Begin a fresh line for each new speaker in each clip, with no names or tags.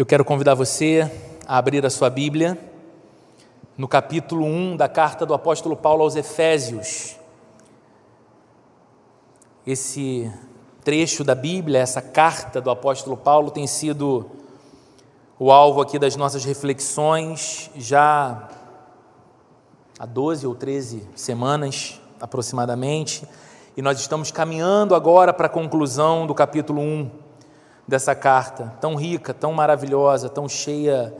Eu quero convidar você a abrir a sua Bíblia no capítulo 1 da carta do apóstolo Paulo aos Efésios. Esse trecho da Bíblia, essa carta do apóstolo Paulo tem sido o alvo aqui das nossas reflexões já há 12 ou 13 semanas aproximadamente, e nós estamos caminhando agora para a conclusão do capítulo 1 dessa carta, tão rica, tão maravilhosa, tão cheia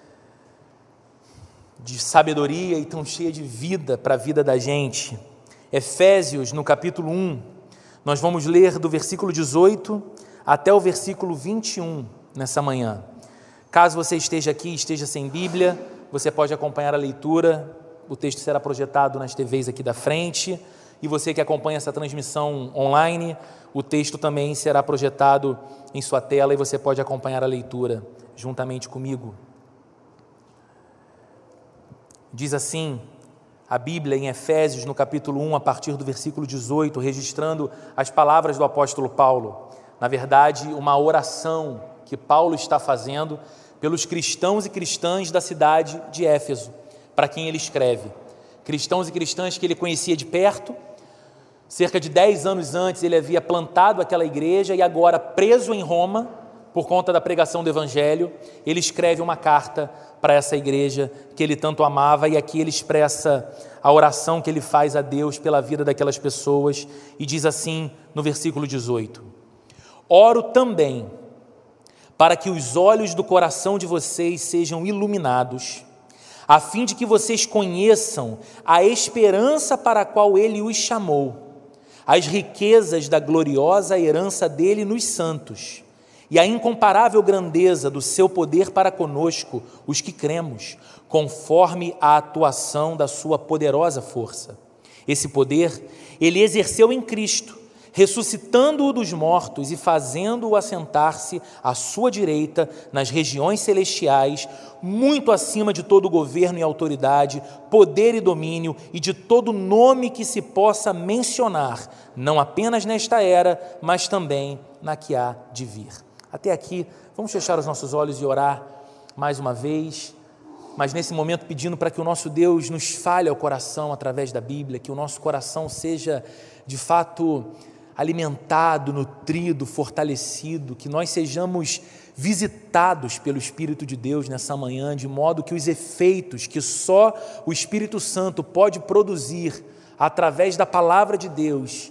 de sabedoria e tão cheia de vida para a vida da gente. Efésios, no capítulo 1, nós vamos ler do versículo 18 até o versículo 21 nessa manhã. Caso você esteja aqui, esteja sem Bíblia, você pode acompanhar a leitura, o texto será projetado nas TVs aqui da frente, e você que acompanha essa transmissão online, o texto também será projetado em sua tela e você pode acompanhar a leitura juntamente comigo. Diz assim a Bíblia em Efésios, no capítulo 1, a partir do versículo 18, registrando as palavras do apóstolo Paulo. Na verdade, uma oração que Paulo está fazendo pelos cristãos e cristãs da cidade de Éfeso, para quem ele escreve. Cristãos e cristãs que ele conhecia de perto. Cerca de 10 anos antes ele havia plantado aquela igreja e agora, preso em Roma, por conta da pregação do Evangelho, ele escreve uma carta para essa igreja que ele tanto amava, e aqui ele expressa a oração que ele faz a Deus pela vida daquelas pessoas, e diz assim no versículo 18: Oro também para que os olhos do coração de vocês sejam iluminados, a fim de que vocês conheçam a esperança para a qual ele os chamou, as riquezas da gloriosa herança dele nos santos, e a incomparável grandeza do seu poder para conosco, os que cremos, conforme a atuação da sua poderosa força. Esse poder ele exerceu em Cristo, ressuscitando-o dos mortos e fazendo-o assentar-se à sua direita nas regiões celestiais, muito acima de todo governo e autoridade, poder e domínio e de todo nome que se possa mencionar, não apenas nesta era, mas também na que há de vir. Até aqui, vamos fechar os nossos olhos e orar mais uma vez, mas nesse momento pedindo para que o nosso Deus nos fale ao coração através da Bíblia, que o nosso coração seja de fato alimentado, nutrido, fortalecido, que nós sejamos visitados pelo Espírito de Deus nessa manhã, de modo que os efeitos que só o Espírito Santo pode produzir através da palavra de Deus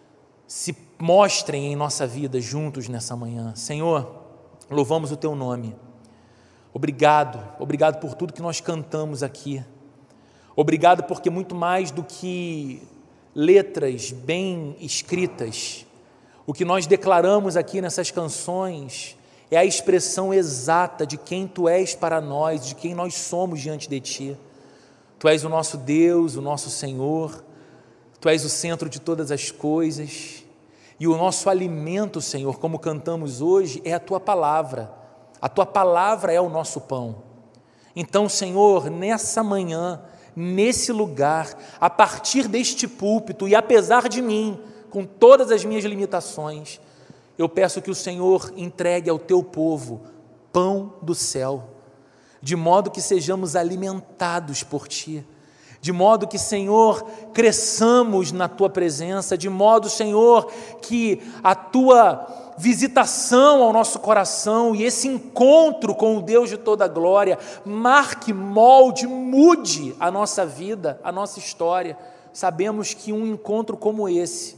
se mostrem em nossa vida juntos nessa manhã. Senhor, louvamos o Teu nome. Obrigado por tudo que nós cantamos aqui. Obrigado porque muito mais do que letras bem escritas, o que nós declaramos aqui nessas canções é a expressão exata de quem Tu és para nós, de quem nós somos diante de Ti. Tu és o nosso Deus, o nosso Senhor, Tu és o centro de todas as coisas, e o nosso alimento, Senhor, como cantamos hoje, é a Tua palavra. A Tua palavra é o nosso pão. Então, Senhor, nessa manhã, nesse lugar, a partir deste púlpito e apesar de mim, com todas as minhas limitações, eu peço que o Senhor entregue ao Teu povo pão do céu, de modo que sejamos alimentados por Ti, de modo que, Senhor, cresçamos na Tua presença, de modo, Senhor, que a Tua visitação ao nosso coração e esse encontro com o Deus de toda glória marque, molde, mude a nossa vida, a nossa história. Sabemos que um encontro como esse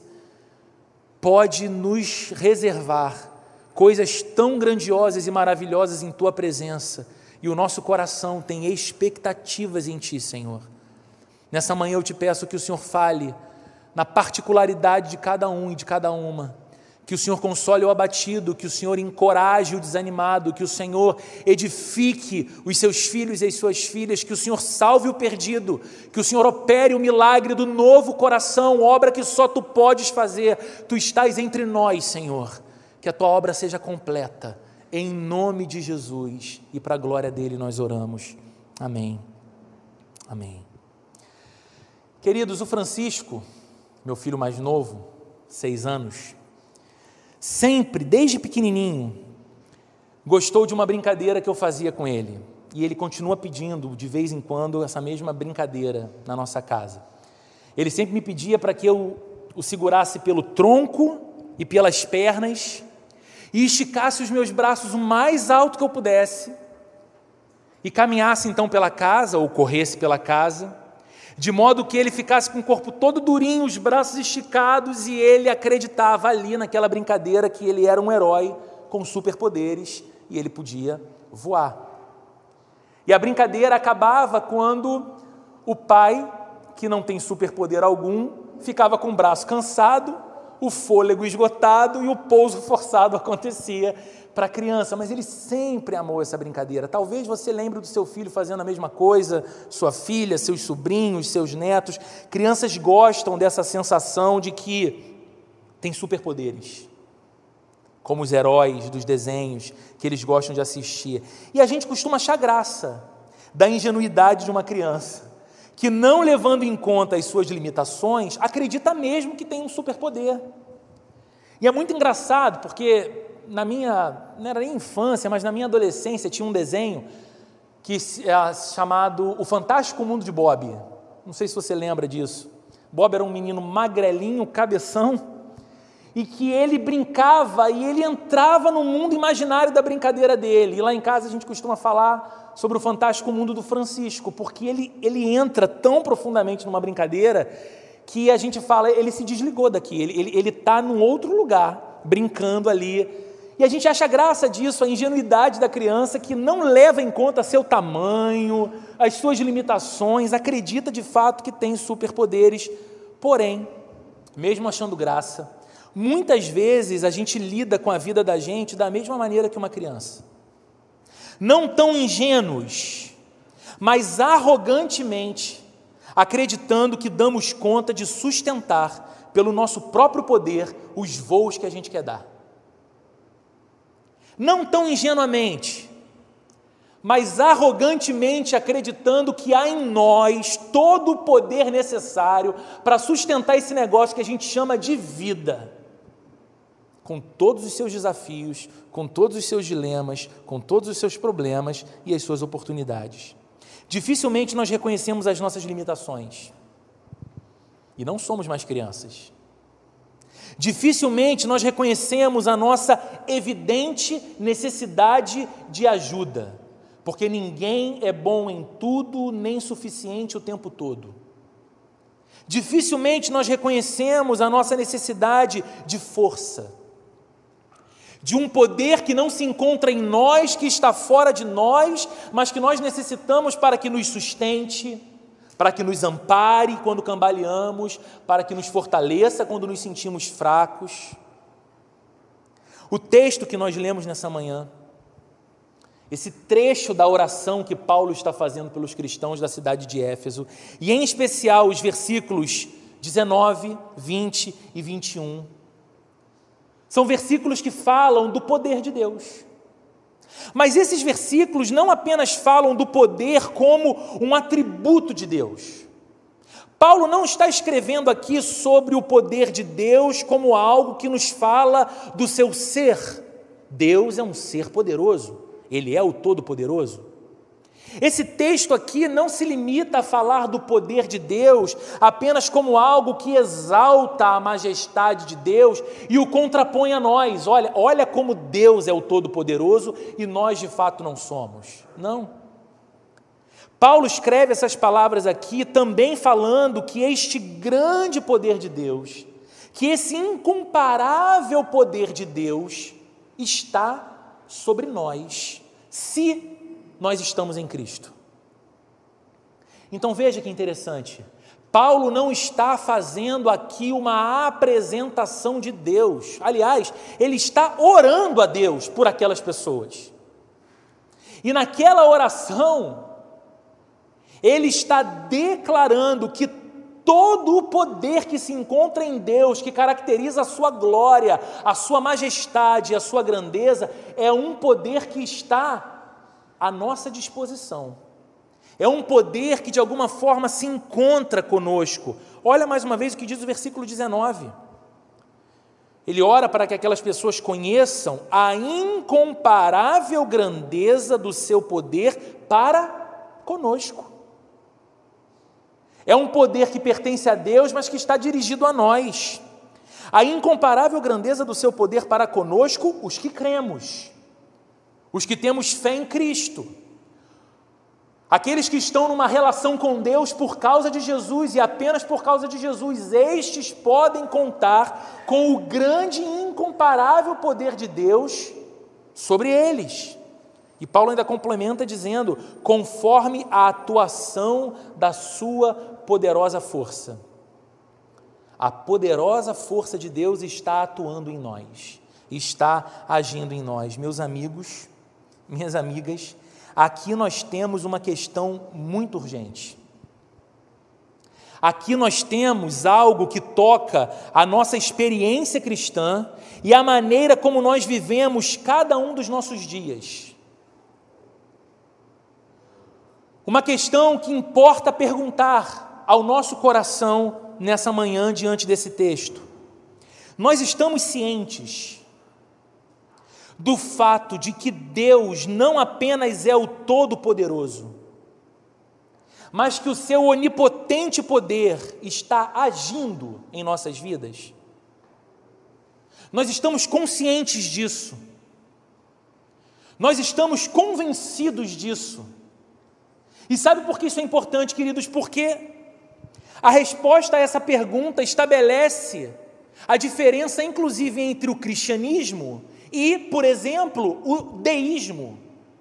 pode nos reservar coisas tão grandiosas e maravilhosas em Tua presença, e o nosso coração tem expectativas em Ti, Senhor. Nessa manhã eu Te peço que o Senhor fale na particularidade de cada um e de cada uma, que o Senhor console o abatido, que o Senhor encoraje o desanimado, que o Senhor edifique os seus filhos e as suas filhas, que o Senhor salve o perdido, que o Senhor opere o milagre do novo coração, obra que só Tu podes fazer. Tu estás entre nós, Senhor, que a Tua obra seja completa, em nome de Jesus, e para a glória dEle nós oramos. Amém. Amém. Queridos, o Francisco, meu filho mais novo, 6 anos, sempre, desde pequenininho, gostou de uma brincadeira que eu fazia com ele. E ele continua pedindo, de vez em quando, essa mesma brincadeira na nossa casa. Ele sempre me pedia para que eu o segurasse pelo tronco e pelas pernas e esticasse os meus braços o mais alto que eu pudesse e caminhasse então pela casa, ou corresse pela casa, de modo que ele ficasse com o corpo todo durinho, os braços esticados, e ele acreditava ali naquela brincadeira que ele era um herói com superpoderes e ele podia voar. E a brincadeira acabava quando o pai, que não tem superpoder algum, ficava com o braço cansado, o fôlego esgotado e o pouso forçado acontecia para a criança. Mas ele sempre amou essa brincadeira. Talvez você lembre do seu filho fazendo a mesma coisa, sua filha, seus sobrinhos, seus netos. Crianças gostam dessa sensação de que tem superpoderes, como os heróis dos desenhos que eles gostam de assistir. E a gente costuma achar graça da ingenuidade de uma criança, que, não levando em conta as suas limitações, acredita mesmo que tem um superpoder. E é muito engraçado, porque na minha, não era nem infância, mas na minha adolescência, tinha um desenho que é chamado O Fantástico Mundo de Bob. Não sei se você lembra disso. Bob era um menino magrelinho, cabeção, e que ele brincava e ele entrava no mundo imaginário da brincadeira dele. E lá em casa a gente costuma falar sobre o fantástico mundo do Francisco, porque ele entra tão profundamente numa brincadeira que a gente fala, ele se desligou daqui, ele está num outro lugar, brincando ali. E a gente acha graça disso, a ingenuidade da criança que não leva em conta seu tamanho, as suas limitações, acredita de fato que tem superpoderes. Porém, mesmo achando graça, muitas vezes a gente lida com a vida da gente da mesma maneira que uma criança. Não tão ingênuos, mas arrogantemente, acreditando que damos conta de sustentar, pelo nosso próprio poder, os voos que a gente quer dar. Não tão ingenuamente, mas arrogantemente acreditando que há em nós todo o poder necessário para sustentar esse negócio que a gente chama de vida, com todos os seus desafios, com todos os seus dilemas, com todos os seus problemas e as suas oportunidades. Dificilmente nós reconhecemos as nossas limitações, e não somos mais crianças. Dificilmente nós reconhecemos a nossa evidente necessidade de ajuda, porque ninguém é bom em tudo, nem suficiente o tempo todo. Dificilmente nós reconhecemos a nossa necessidade de força, de um poder que não se encontra em nós, que está fora de nós, mas que nós necessitamos para que nos sustente, para que nos ampare quando cambaleamos, para que nos fortaleça quando nos sentimos fracos. O texto que nós lemos nessa manhã, esse trecho da oração que Paulo está fazendo pelos cristãos da cidade de Éfeso, e em especial os versículos 19, 20 e 21, são versículos que falam do poder de Deus. Mas esses versículos não apenas falam do poder como um atributo de Deus. Paulo não está escrevendo aqui sobre o poder de Deus como algo que nos fala do seu ser. Deus é um ser poderoso, Ele é o Todo-Poderoso. Esse texto aqui não se limita a falar do poder de Deus apenas como algo que exalta a majestade de Deus e o contrapõe a nós. Olha como Deus é o Todo-Poderoso e nós de fato não somos. Não. Paulo escreve essas palavras aqui também falando que este grande poder de Deus, que esse incomparável poder de Deus está sobre nós, se nós estamos em Cristo. Então veja que interessante, Paulo não está fazendo aqui uma apresentação de Deus, aliás, ele está orando a Deus por aquelas pessoas, e naquela oração, ele está declarando que todo o poder que se encontra em Deus, que caracteriza a sua glória, a sua majestade, a sua grandeza, é um poder que está à nossa disposição. É um poder que de alguma forma se encontra conosco. Olha mais uma vez o que diz o versículo 19. Ele ora para que aquelas pessoas conheçam a incomparável grandeza do seu poder para conosco. É um poder que pertence a Deus, mas que está dirigido a nós. A incomparável grandeza do seu poder para conosco, os que cremos, os que temos fé em Cristo, aqueles que estão numa relação com Deus por causa de Jesus e apenas por causa de Jesus, estes podem contar com o grande e incomparável poder de Deus sobre eles. E Paulo ainda complementa dizendo, conforme a atuação da sua poderosa força. A poderosa força de Deus está atuando em nós, está agindo em nós. Meus amigos, minhas amigas, aqui nós temos uma questão muito urgente. Aqui nós temos algo que toca a nossa experiência cristã e a maneira como nós vivemos cada um dos nossos dias. Uma questão que importa perguntar ao nosso coração nessa manhã diante desse texto. Nós estamos cientes do fato de que Deus não apenas é o Todo-Poderoso, mas que o seu onipotente poder está agindo em nossas vidas? Nós estamos conscientes disso. Nós estamos convencidos disso. E sabe por que isso é importante, queridos? Porque a resposta a essa pergunta estabelece a diferença, inclusive, entre o cristianismo e, por exemplo, o deísmo.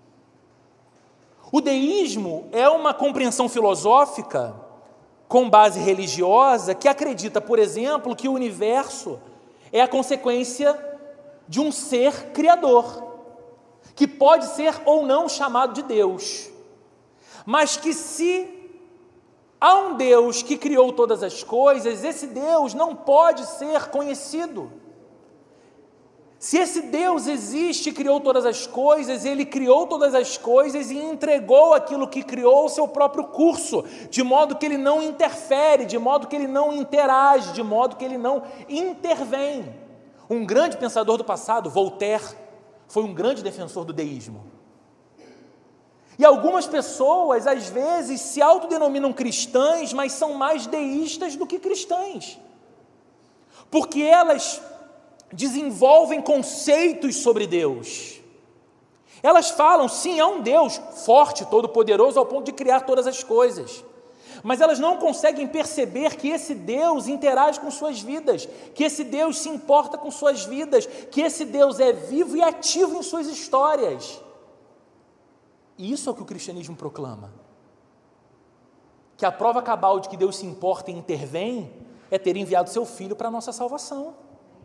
O deísmo é uma compreensão filosófica com base religiosa que acredita, por exemplo, que o universo é a consequência de um ser criador, que pode ser ou não chamado de Deus, mas que se há um Deus que criou todas as coisas, esse Deus não pode ser conhecido. Se esse Deus existe e criou todas as coisas, Ele criou todas as coisas e entregou aquilo que criou ao seu próprio curso, de modo que Ele não interfere, de modo que Ele não interage, de modo que Ele não intervém. Um grande pensador do passado, Voltaire, foi um grande defensor do deísmo. E algumas pessoas, às vezes, se autodenominam cristãs, mas são mais deístas do que cristãs, porque elas desenvolvem conceitos sobre Deus. Elas falam, sim, há um Deus forte, todo-poderoso, ao ponto de criar todas as coisas, mas elas não conseguem perceber que esse Deus interage com suas vidas, que esse Deus se importa com suas vidas, que esse Deus é vivo e ativo em suas histórias. E isso é o que o cristianismo proclama. Que a prova cabal de que Deus se importa e intervém é ter enviado seu Filho para a nossa salvação.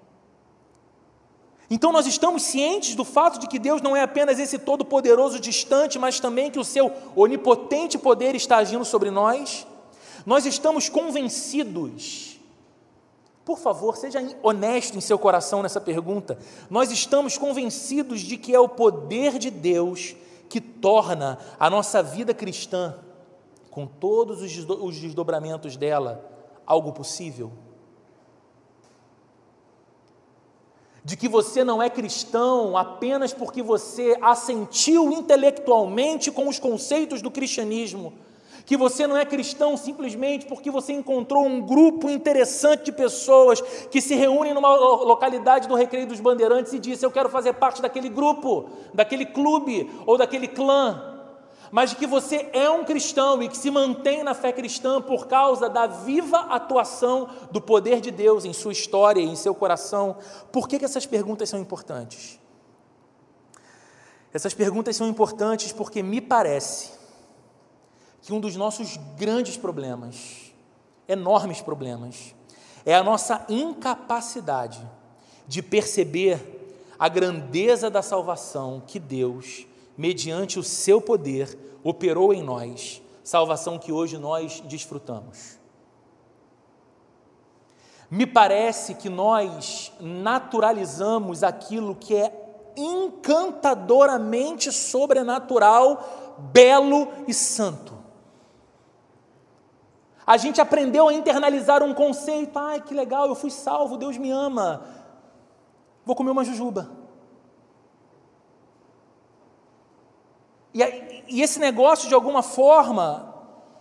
Então nós estamos cientes do fato de que Deus não é apenas esse todo-poderoso distante, mas também que o seu onipotente poder está agindo sobre nós. Nós estamos convencidos. Por favor, seja honesto em seu coração nessa pergunta. Nós estamos convencidos de que é o poder de Deus que torna a nossa vida cristã, com todos os desdobramentos dela, algo possível? De que você não é cristão apenas porque você assentiu intelectualmente com os conceitos do cristianismo, que você não é cristão simplesmente porque você encontrou um grupo interessante de pessoas que se reúnem numa localidade do Recreio dos Bandeirantes e disse, eu quero fazer parte daquele grupo, daquele clube ou daquele clã, mas de que você é um cristão e que se mantém na fé cristã por causa da viva atuação do poder de Deus em sua história e em seu coração. Por que essas perguntas são importantes? Essas perguntas são importantes porque me parece que um dos nossos grandes problemas, enormes problemas, é a nossa incapacidade de perceber a grandeza da salvação que Deus, mediante o seu poder, operou em nós, salvação que hoje nós desfrutamos. Me parece que nós naturalizamos aquilo que é encantadoramente sobrenatural, belo e santo. A gente aprendeu a internalizar um conceito, ai que legal, eu fui salvo, Deus me ama. vou comer uma jujuba. E esse negócio, de alguma forma,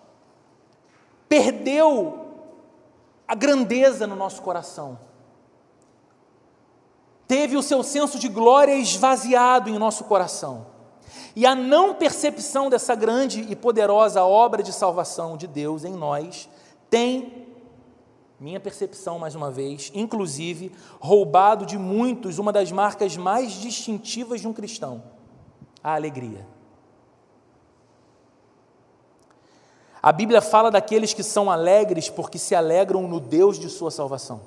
perdeu a grandeza no nosso coração. Teve o seu senso de glória esvaziado em nosso coração. E a não percepção dessa grande e poderosa obra de salvação de Deus em nós tem, minha percepção mais uma vez, inclusive, roubado de muitos uma das marcas mais distintivas de um cristão: a alegria. A Bíblia fala daqueles que são alegres porque se alegram no Deus de sua salvação.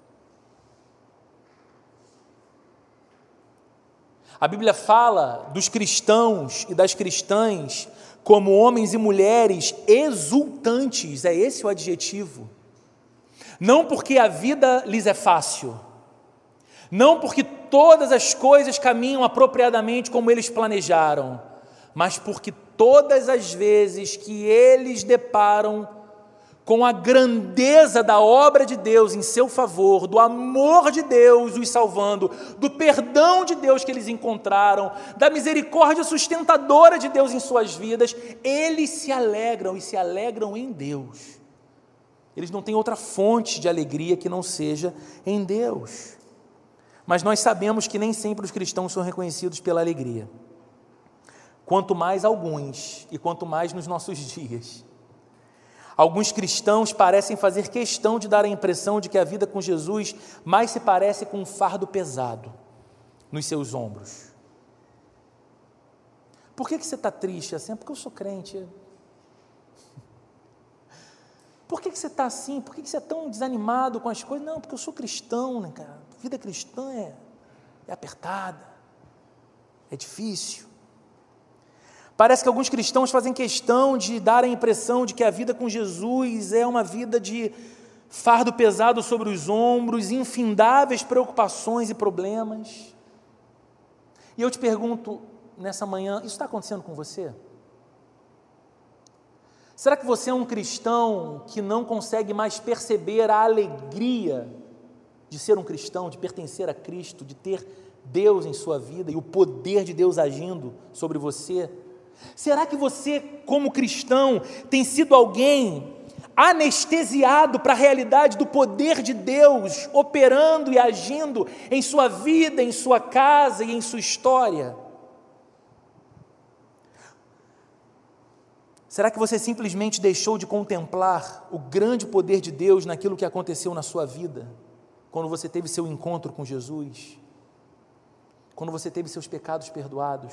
A Bíblia fala dos cristãos e das cristãs como homens e mulheres exultantes, é esse o adjetivo. Não porque a vida lhes é fácil, não porque todas as coisas caminham apropriadamente como eles planejaram, mas porque todas as vezes que eles deparam com a grandeza da obra de Deus em seu favor, do amor de Deus os salvando, do perdão de Deus que eles encontraram, da misericórdia sustentadora de Deus em suas vidas, eles se alegram e se alegram em Deus. Eles não têm outra fonte de alegria que não seja em Deus. Mas nós sabemos que nem sempre os cristãos são reconhecidos pela alegria. Quanto mais alguns, e quanto mais nos nossos dias. Alguns cristãos parecem fazer questão de dar a impressão de que a vida com Jesus mais se parece com um fardo pesado nos seus ombros. Por que você está triste assim? Porque eu sou crente. Por que você está assim? Por que você é tão desanimado com as coisas? Não, porque eu sou cristão, né, cara? A vida cristã é apertada, é difícil. Parece que alguns cristãos fazem questão de dar a impressão de que a vida com Jesus é uma vida de fardo pesado sobre os ombros, infindáveis preocupações e problemas. E eu te pergunto nessa manhã, isso está acontecendo com você? Será que você é um cristão que não consegue mais perceber a alegria de ser um cristão, de pertencer a Cristo, de ter Deus em sua vida e o poder de Deus agindo sobre você? Será que você, como cristão, tem sido alguém anestesiado para a realidade do poder de Deus operando e agindo em sua vida, em sua casa e em sua história? Será que você simplesmente deixou de contemplar o grande poder de Deus naquilo que aconteceu na sua vida, quando você teve seu encontro com Jesus, quando você teve seus pecados perdoados?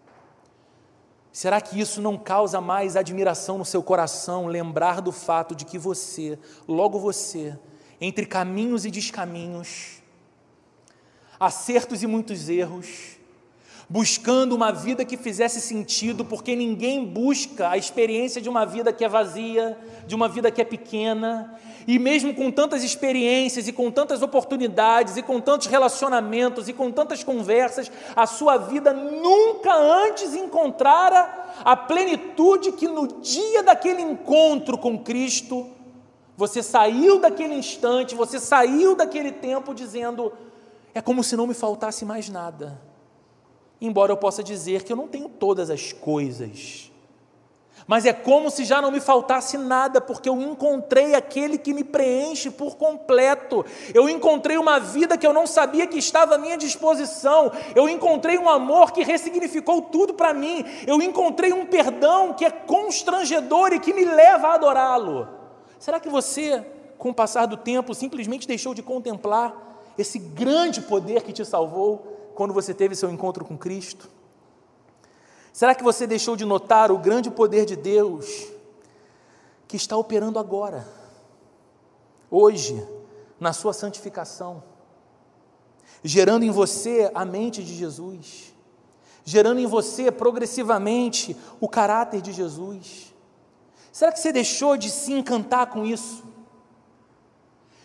Será que isso não causa mais admiração no seu coração, lembrar do fato de que você, logo você, entre caminhos e descaminhos, acertos e muitos erros, buscando uma vida que fizesse sentido, porque ninguém busca a experiência de uma vida que é vazia, de uma vida que é pequena, e mesmo com tantas experiências, e com tantas oportunidades, e com tantos relacionamentos, e com tantas conversas, a sua vida nunca antes encontrara a plenitude que no dia daquele encontro com Cristo, você saiu daquele instante, você saiu daquele tempo dizendo, é como se não me faltasse mais nada. Embora eu possa dizer que eu não tenho todas as coisas, mas é como se já não me faltasse nada, porque eu encontrei aquele que me preenche por completo, eu encontrei uma vida que eu não sabia que estava à minha disposição, eu encontrei um amor que ressignificou tudo para mim, eu encontrei um perdão que é constrangedor e que me leva a adorá-lo. Será que você, com o passar do tempo, simplesmente deixou de contemplar esse grande poder que te salvou quando você teve seu encontro com Cristo? Será que você deixou de notar o grande poder de Deus que está operando agora, hoje, na sua santificação, gerando em você a mente de Jesus, gerando em você progressivamente o caráter de Jesus? Será que você deixou de se encantar com isso?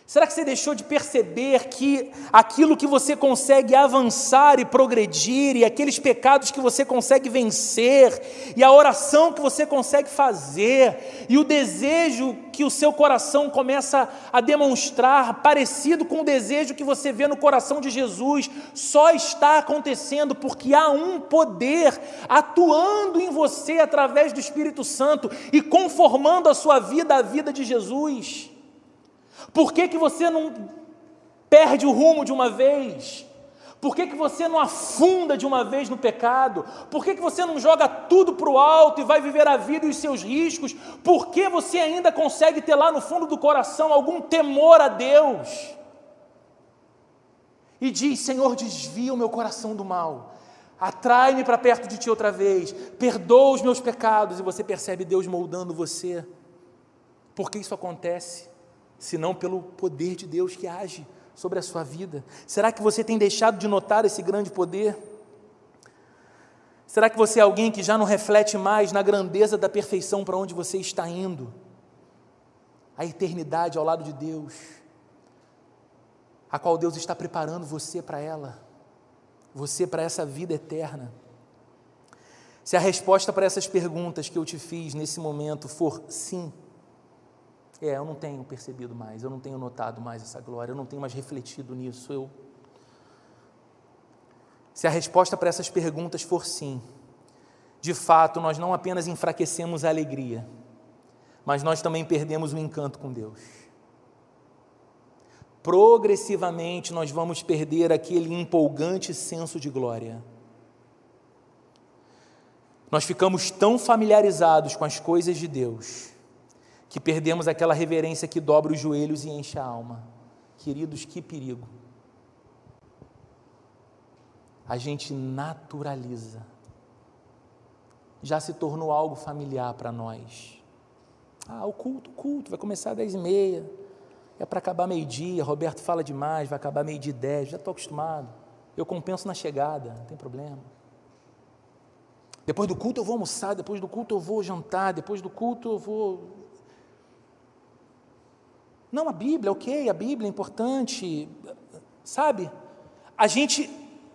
Será que você deixou de perceber que aquilo que você consegue avançar e progredir, e aqueles pecados que você consegue vencer, e a oração que você consegue fazer, e o desejo que o seu coração começa a demonstrar, parecido com o desejo que você vê no coração de Jesus, só está acontecendo porque há um poder atuando em você através do Espírito Santo e conformando a sua vida à vida de Jesus? Por que você não perde o rumo de uma vez? Por que você não afunda de uma vez no pecado? Por que você não joga tudo para o alto e vai viver a vida e os seus riscos? Por que você ainda consegue ter lá no fundo do coração algum temor a Deus? E diz: Senhor, desvia o meu coração do mal, atrai-me para perto de Ti outra vez, perdoa os meus pecados. E você percebe Deus moldando você. Por que isso acontece? Senão pelo poder de Deus que age sobre a sua vida. Será que você tem deixado de notar esse grande poder? Será que você é alguém que já não reflete mais na grandeza da perfeição para onde você está indo? A eternidade ao lado de Deus, a qual Deus está preparando você para ela, você para essa vida eterna. Se a resposta para essas perguntas que eu te fiz nesse momento for sim, eu não tenho percebido mais, eu não tenho notado mais essa glória, eu não tenho mais refletido nisso. Se a resposta para essas perguntas for sim, de fato nós não apenas enfraquecemos a alegria, mas nós também perdemos o encanto com Deus. Progressivamente nós vamos perder aquele empolgante senso de glória. Nós ficamos tão familiarizados com as coisas de Deus que perdemos aquela reverência que dobra os joelhos e enche a alma. Queridos, que perigo! A gente naturaliza, já se tornou algo familiar para nós. O culto, vai começar às 10h30, é para acabar meio-dia, Roberto fala demais, vai acabar 12h10, já estou acostumado, eu compenso na chegada, não tem problema. Depois do culto eu vou almoçar, depois do culto eu vou jantar, depois do culto eu vou... Não, a Bíblia, ok, a Bíblia é importante, sabe? A gente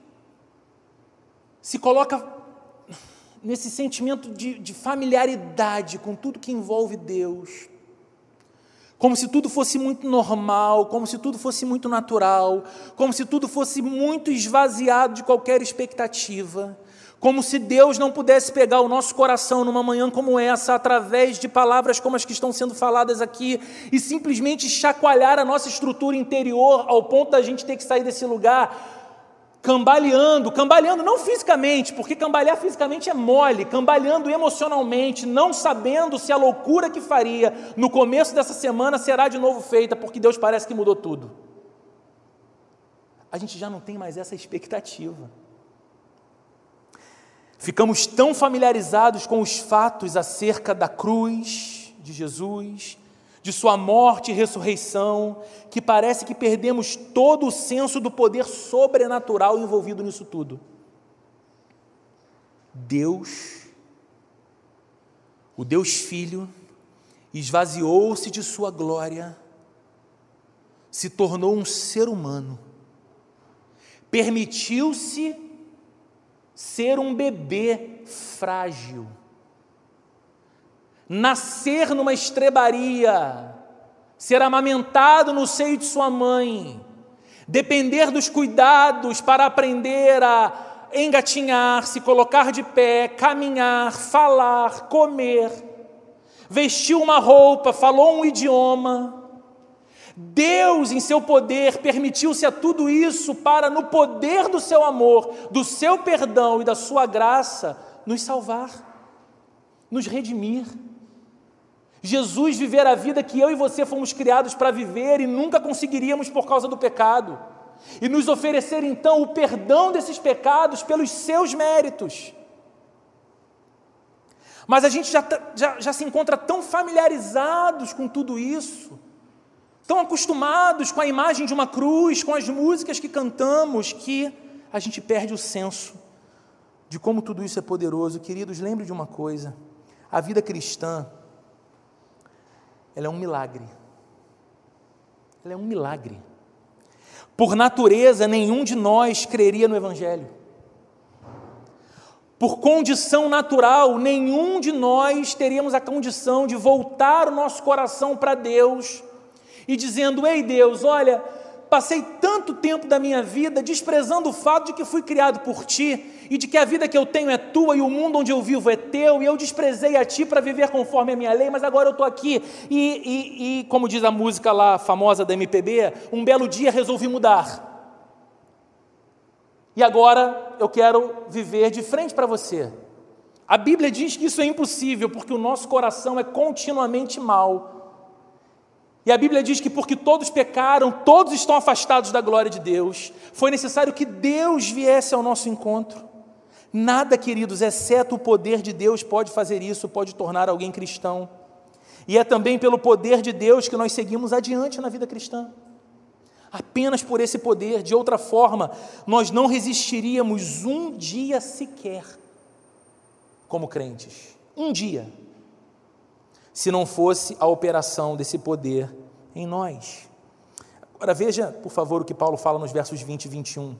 se coloca nesse sentimento de familiaridade com tudo que envolve Deus, como se tudo fosse muito normal, como se tudo fosse muito natural, como se tudo fosse muito esvaziado de qualquer expectativa, como se Deus não pudesse pegar o nosso coração numa manhã como essa, através de palavras como as que estão sendo faladas aqui, e simplesmente chacoalhar a nossa estrutura interior, ao ponto da gente ter que sair desse lugar cambaleando não fisicamente, porque cambalear fisicamente é mole, cambaleando emocionalmente, não sabendo se a loucura que faria no começo dessa semana será de novo feita, porque Deus parece que mudou tudo. A gente já não tem mais essa expectativa. Ficamos tão familiarizados com os fatos acerca da cruz de Jesus, de sua morte e ressurreição, que parece que perdemos todo o senso do poder sobrenatural envolvido nisso tudo. Deus, o Deus Filho, esvaziou-se de sua glória, se tornou um ser humano, permitiu-se ser um bebê frágil, nascer numa estrebaria, ser amamentado no seio de sua mãe, depender dos cuidados para aprender a engatinhar, se colocar de pé, caminhar, falar, comer, vestiu uma roupa, falou um idioma. Deus, em seu poder, permitiu-se a tudo isso para, no poder do seu amor, do seu perdão e da sua graça, nos salvar, nos redimir. Jesus viver a vida que eu e você fomos criados para viver e nunca conseguiríamos por causa do pecado, e nos oferecer então o perdão desses pecados pelos seus méritos. Mas a gente já se encontra tão familiarizados com tudo isso, tão acostumados com a imagem de uma cruz, com as músicas que cantamos, que a gente perde o senso de como tudo isso é poderoso. Queridos, lembre de uma coisa: a vida cristã, ela é um milagre. ela é um milagre. Por natureza, nenhum de nós creria no Evangelho. Por condição natural, nenhum de nós teríamos a condição de voltar o nosso coração para Deus e dizendo: ei Deus, olha, passei tanto tempo da minha vida desprezando o fato de que fui criado por Ti e de que a vida que eu tenho é Tua e o mundo onde eu vivo é Teu, e eu desprezei a Ti para viver conforme a minha lei, mas agora eu estou aqui e como diz a música lá famosa da MPB, um belo dia resolvi mudar. E agora eu quero viver de frente para Você. A Bíblia diz que isso é impossível, porque o nosso coração é continuamente mau. E a Bíblia diz que porque todos pecaram, todos estão afastados da glória de Deus, foi necessário que Deus viesse ao nosso encontro. Nada, queridos, exceto o poder de Deus pode fazer isso, pode tornar alguém cristão. E é também pelo poder de Deus que nós seguimos adiante na vida cristã. Apenas por esse poder, de outra forma, nós não resistiríamos um dia sequer como crentes. Um dia. Se não fosse a operação desse poder em nós. Agora veja, por favor, o que Paulo fala nos versos 20 e 21.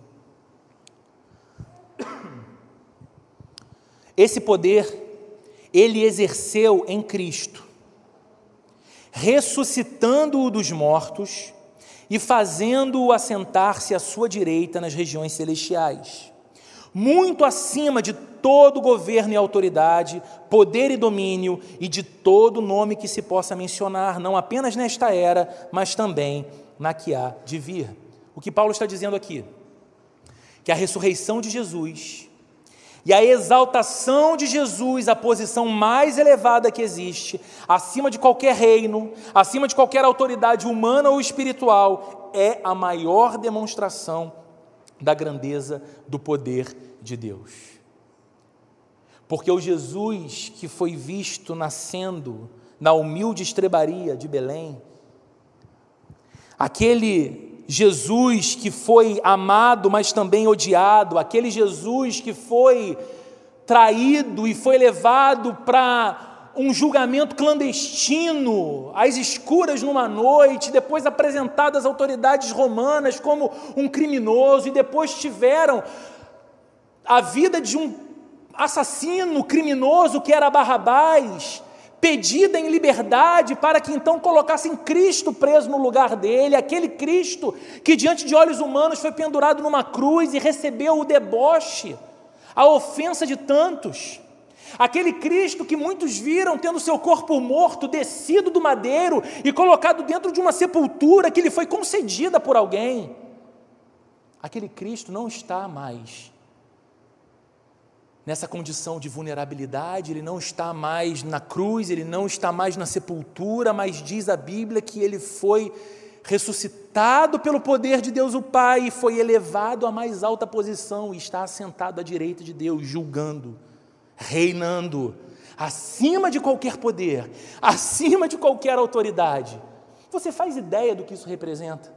Esse poder, ele exerceu em Cristo, ressuscitando-o dos mortos e fazendo-o assentar-se à sua direita nas regiões celestiais, muito acima de todo governo e autoridade, poder e domínio, e de todo nome que se possa mencionar, não apenas nesta era, mas também na que há de vir. O que Paulo está dizendo aqui? Que a ressurreição de Jesus e a exaltação de Jesus, a posição mais elevada que existe, acima de qualquer reino, acima de qualquer autoridade humana ou espiritual, é a maior demonstração da grandeza do poder de Deus. Porque o Jesus que foi visto nascendo na humilde estrebaria de Belém, aquele Jesus que foi amado, mas também odiado, aquele Jesus que foi traído e foi levado para um julgamento clandestino, às escuras numa noite, depois apresentado às autoridades romanas como um criminoso, e depois tiveram a vida de um assassino criminoso que era Barrabás, pedida em liberdade para que então colocassem Cristo preso no lugar dele, aquele Cristo que diante de olhos humanos foi pendurado numa cruz e recebeu o deboche, a ofensa de tantos, aquele Cristo que muitos viram tendo seu corpo morto descido do madeiro e colocado dentro de uma sepultura que lhe foi concedida por alguém. Aquele Cristo não está mais nessa condição de vulnerabilidade, ele não está mais na cruz, ele não está mais na sepultura, mas diz a Bíblia que ele foi ressuscitado pelo poder de Deus o Pai e foi elevado à mais alta posição e está assentado à direita de Deus, julgando, reinando, acima de qualquer poder, acima de qualquer autoridade. Você faz ideia do que isso representa?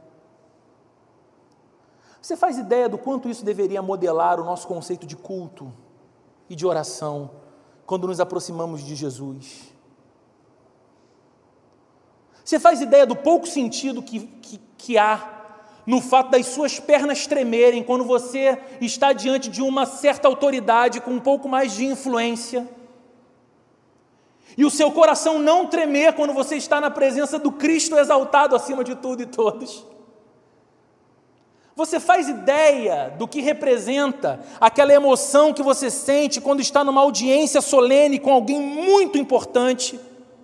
Você faz ideia do quanto isso deveria modelar o nosso conceito de culto e de oração, quando nos aproximamos de Jesus? Você faz ideia do pouco sentido que há no fato das suas pernas tremerem quando você está diante de uma certa autoridade com um pouco mais de influência, e o seu coração não tremer quando você está na presença do Cristo exaltado acima de tudo e todos? Você faz ideia do que representa aquela emoção que você sente quando está numa audiência solene com alguém muito importante?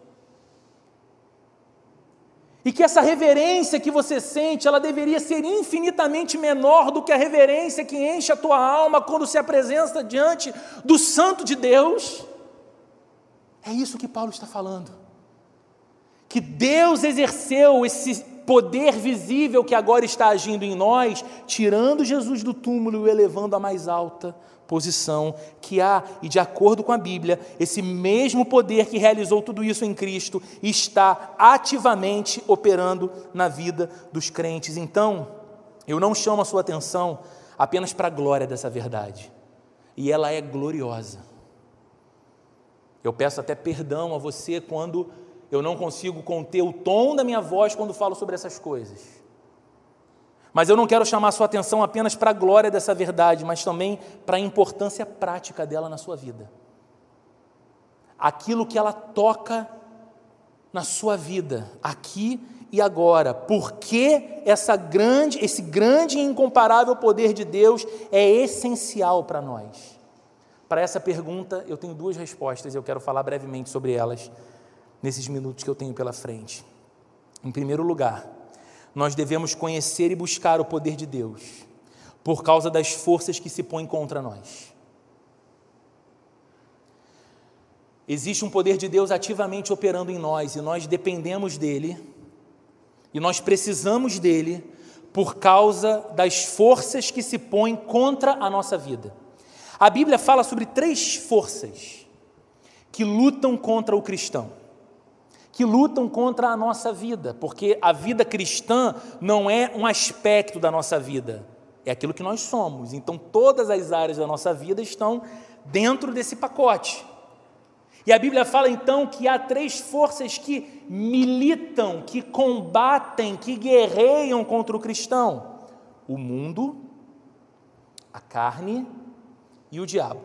E que essa reverência que você sente, ela deveria ser infinitamente menor do que a reverência que enche a tua alma quando se apresenta diante do Santo de Deus? É isso que Paulo está falando. Que Deus exerceu esse poder visível que agora está agindo em nós, tirando Jesus do túmulo e o elevando à mais alta posição que há. E de acordo com a Bíblia, esse mesmo poder que realizou tudo isso em Cristo está ativamente operando na vida dos crentes. Então, eu não chamo a sua atenção apenas para a glória dessa verdade, e ela é gloriosa. Eu peço até perdão a você quando eu não consigo conter o tom da minha voz quando falo sobre essas coisas. Mas eu não quero chamar a sua atenção apenas para a glória dessa verdade, mas também para a importância prática dela na sua vida. Aquilo que ela toca na sua vida, aqui e agora. Porque esse grande e incomparável poder de Deus é essencial para nós? Para essa pergunta, eu tenho duas respostas e eu quero falar brevemente sobre elas nesses minutos que eu tenho pela frente. Em primeiro lugar, nós devemos conhecer e buscar o poder de Deus por causa das forças que se põem contra nós. Existe um poder de Deus ativamente operando em nós e nós dependemos dele e nós precisamos dele por causa das forças que se põem contra a nossa vida. A Bíblia fala sobre 3 forças que lutam contra o cristão, que lutam contra a nossa vida, porque a vida cristã não é um aspecto da nossa vida, é aquilo que nós somos. Então, todas as áreas da nossa vida estão dentro desse pacote. E a Bíblia fala, então, que há 3 forças que militam, que combatem, que guerreiam contra o cristão: o mundo, a carne e o diabo.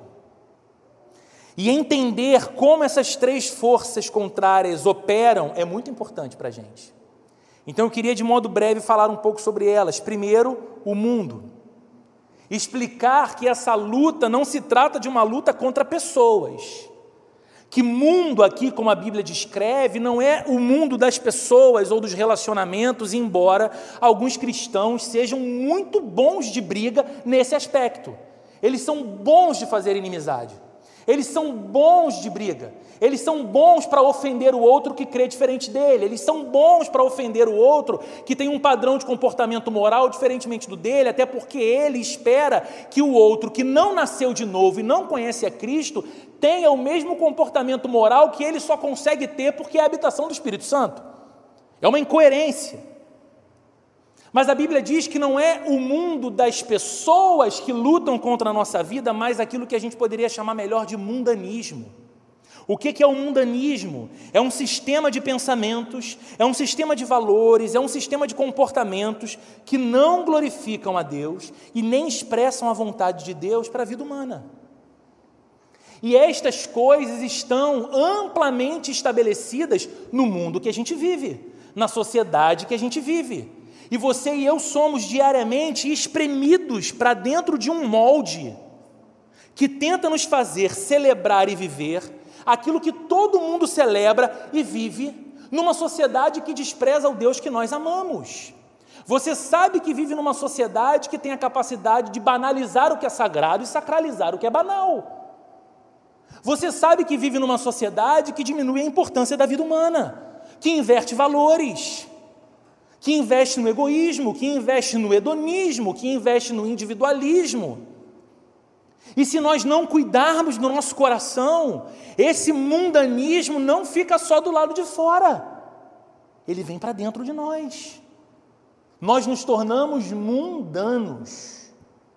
E entender como essas 3 forças contrárias operam é muito importante para a gente. Então eu queria de modo breve falar um pouco sobre elas. Primeiro, o mundo. Explicar que essa luta não se trata de uma luta contra pessoas. Que mundo aqui, como a Bíblia descreve, não é o mundo das pessoas ou dos relacionamentos, embora alguns cristãos sejam muito bons de briga nesse aspecto. Eles são bons de fazer inimizade, eles são bons de briga, eles são bons para ofender o outro que crê diferente dele, eles são bons para ofender o outro que tem um padrão de comportamento moral diferentemente do dele, até porque ele espera que o outro que não nasceu de novo e não conhece a Cristo tenha o mesmo comportamento moral que ele só consegue ter porque é a habitação do Espírito Santo. É uma incoerência. Mas a Bíblia diz que não é o mundo das pessoas que lutam contra a nossa vida, mas aquilo que a gente poderia chamar melhor de mundanismo. O que é o mundanismo? É um sistema de pensamentos, é um sistema de valores, é um sistema de comportamentos que não glorificam a Deus e nem expressam a vontade de Deus para a vida humana. E estas coisas estão amplamente estabelecidas no mundo que a gente vive, na sociedade que a gente vive. E você e eu somos diariamente espremidos para dentro de um molde que tenta nos fazer celebrar e viver aquilo que todo mundo celebra e vive numa sociedade que despreza o Deus que nós amamos. Você sabe que vive numa sociedade que tem a capacidade de banalizar o que é sagrado e sacralizar o que é banal. Você sabe que vive numa sociedade que diminui a importância da vida humana, que inverte valores, que investe no egoísmo, que investe no hedonismo, que investe no individualismo. E se nós não cuidarmos do nosso coração, esse mundanismo não fica só do lado de fora, ele vem para dentro de nós. Nós nos tornamos mundanos.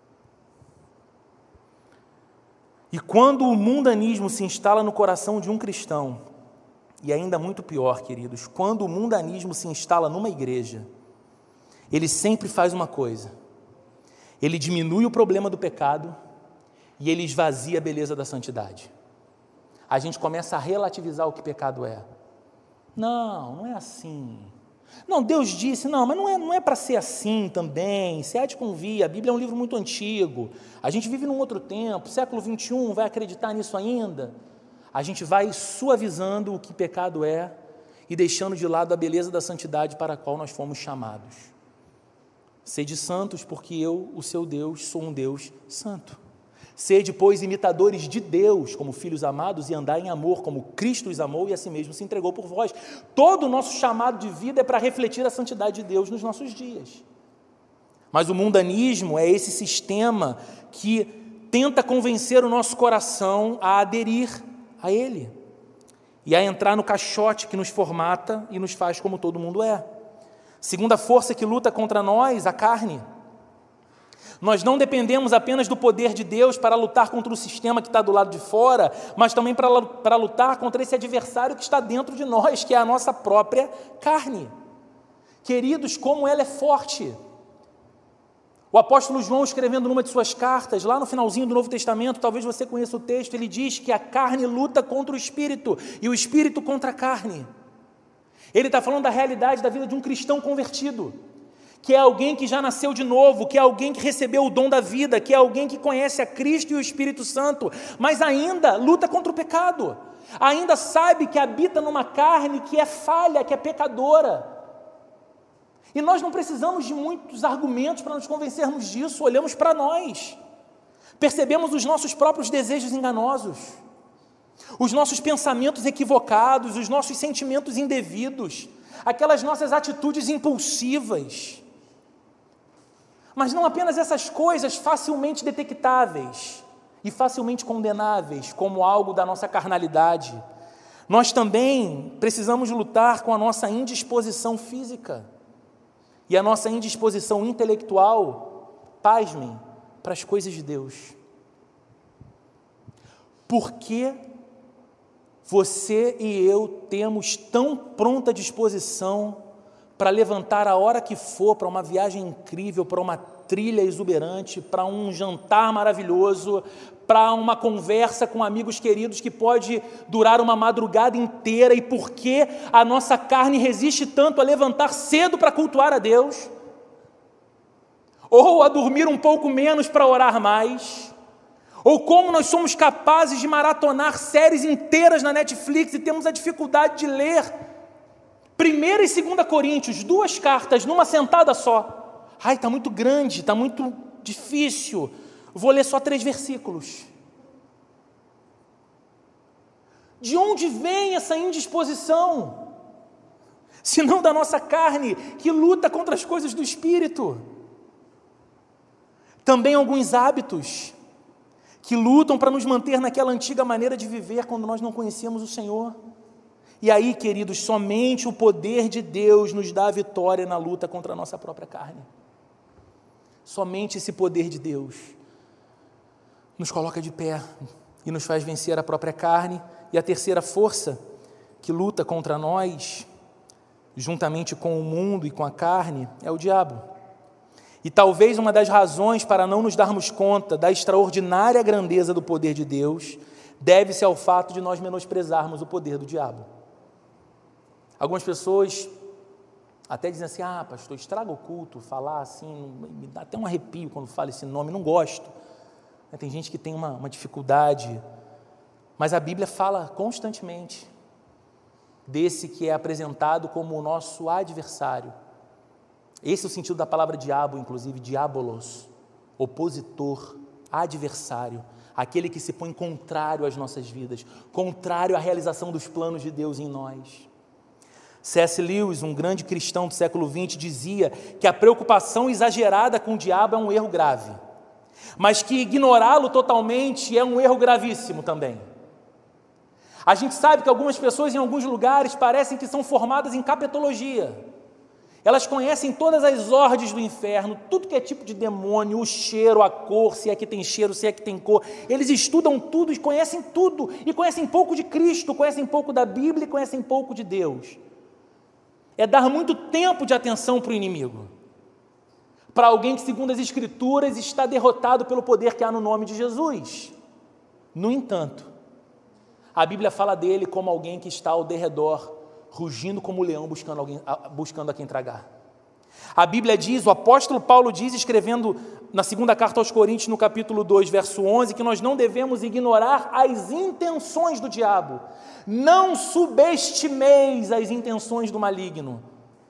E quando o mundanismo se instala no coração de um cristão, e ainda muito pior, queridos, quando o mundanismo se instala numa igreja, ele sempre faz uma coisa: ele diminui o problema do pecado e ele esvazia a beleza da santidade. A gente começa a relativizar o que pecado é. Não é assim. Não, Deus disse, mas não é para ser assim também. Se há de convir, a Bíblia é um livro muito antigo, a gente vive num outro tempo, século 21, vai acreditar nisso ainda? A gente vai suavizando o que pecado é e deixando de lado a beleza da santidade para a qual nós fomos chamados. Sede santos, porque eu, o seu Deus, sou um Deus santo. Sede, pois, imitadores de Deus, como filhos amados, e andai em amor, como Cristo os amou e a si mesmo se entregou por vós. Todo o nosso chamado de vida é para refletir a santidade de Deus nos nossos dias. Mas o mundanismo é esse sistema que tenta convencer o nosso coração a aderir a ele e a entrar no caixote que nos formata e nos faz como todo mundo é. Segunda força que luta contra nós, a carne. Nós não dependemos apenas do poder de Deus para lutar contra o sistema que está do lado de fora, mas também para lutar contra esse adversário que está dentro de nós, que é a nossa própria carne. Queridos, como ela é forte! O apóstolo João, escrevendo numa de suas cartas, lá no finalzinho do Novo Testamento, talvez você conheça o texto, ele diz que a carne luta contra o espírito e o espírito contra a carne. Ele está falando da realidade da vida de um cristão convertido, que é alguém que já nasceu de novo, que é alguém que recebeu o dom da vida, que é alguém que conhece a Cristo e o Espírito Santo, mas ainda luta contra o pecado, ainda sabe que habita numa carne que é falha, que é pecadora. E nós não precisamos de muitos argumentos para nos convencermos disso, olhamos para nós, percebemos os nossos próprios desejos enganosos, os nossos pensamentos equivocados, os nossos sentimentos indevidos, aquelas nossas atitudes impulsivas. Mas não apenas essas coisas facilmente detectáveis e facilmente condenáveis como algo da nossa carnalidade. Nós também precisamos lutar com a nossa indisposição física e a nossa indisposição intelectual, pasmem, para as coisas de Deus. Por que você e eu temos tão pronta disposição para levantar a hora que for, para uma viagem incrível, para uma trilha exuberante, para um jantar maravilhoso, para uma conversa com amigos queridos que pode durar uma madrugada inteira, e por que a nossa carne resiste tanto a levantar cedo para cultuar a Deus? Ou a dormir um pouco menos para orar mais? Ou como nós somos capazes de maratonar séries inteiras na Netflix e temos a dificuldade de ler 1 e 2 Coríntios, 2 cartas, numa sentada só. Ai, está muito grande, está muito difícil, vou ler só 3 versículos. De onde vem essa indisposição? Se não da nossa carne, que luta contra as coisas do Espírito. Também alguns hábitos que lutam para nos manter naquela antiga maneira de viver quando nós não conhecíamos o Senhor. E aí, queridos, somente o poder de Deus nos dá a vitória na luta contra a nossa própria carne. Somente esse poder de Deus nos coloca de pé e nos faz vencer a própria carne. E a terceira força que luta contra nós, juntamente com o mundo e com a carne, é o diabo. E talvez uma das razões para não nos darmos conta da extraordinária grandeza do poder de Deus deve-se ao fato de nós menosprezarmos o poder do diabo. Algumas pessoas até dizem assim: ah, pastor, estraga o culto, falar assim, me dá até um arrepio quando falo esse nome, não gosto. Tem gente que tem uma dificuldade, mas a Bíblia fala constantemente desse que é apresentado como o nosso adversário. Esse é o sentido da palavra diabo, inclusive, diabolos, opositor, adversário, aquele que se põe contrário às nossas vidas, contrário à realização dos planos de Deus em nós. C.S. Lewis, um grande cristão do século XX, dizia que a preocupação exagerada com o diabo é um erro grave, mas que ignorá-lo totalmente é um erro gravíssimo também. A gente sabe que algumas pessoas em alguns lugares parecem que são formadas em capetologia. Elas conhecem todas as ordens do inferno, tudo que é tipo de demônio, o cheiro, a cor, se é que tem cheiro, se é que tem cor. Eles estudam tudo e conhecem pouco de Cristo, conhecem pouco da Bíblia e conhecem pouco de Deus. É dar muito tempo de atenção para o inimigo, para alguém que, segundo as Escrituras, está derrotado pelo poder que há no nome de Jesus. No entanto, a Bíblia fala dele como alguém que está ao derredor, rugindo como um leão, buscando a quem tragar. A Bíblia diz, o apóstolo Paulo diz, escrevendo na segunda carta aos Coríntios, no capítulo 2, verso 11, que nós não devemos ignorar as intenções do diabo. Não subestimeis as intenções do maligno.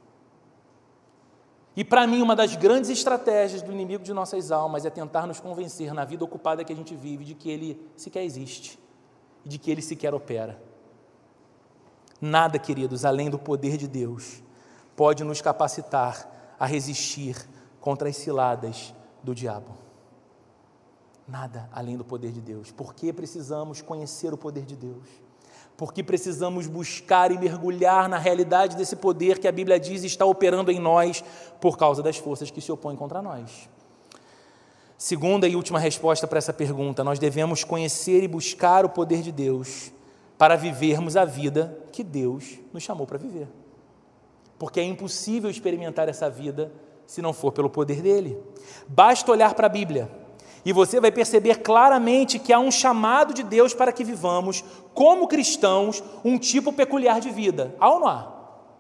E para mim, uma das grandes estratégias do inimigo de nossas almas é tentar nos convencer na vida ocupada que a gente vive de que ele sequer existe e de que ele sequer opera. Nada, queridos, além do poder de Deus, pode nos capacitar a resistir contra as ciladas do diabo. Nada além do poder de Deus. Por que precisamos conhecer o poder de Deus? Porque precisamos buscar e mergulhar na realidade desse poder que a Bíblia diz está operando em nós por causa das forças que se opõem contra nós. Segunda e última resposta para essa pergunta: nós devemos conhecer e buscar o poder de Deus para vivermos a vida que Deus nos chamou para viver. Porque é impossível experimentar essa vida se não for pelo poder dele. Basta olhar para a Bíblia e você vai perceber claramente que há um chamado de Deus para que vivamos, como cristãos, um tipo peculiar de vida. Há ou não há?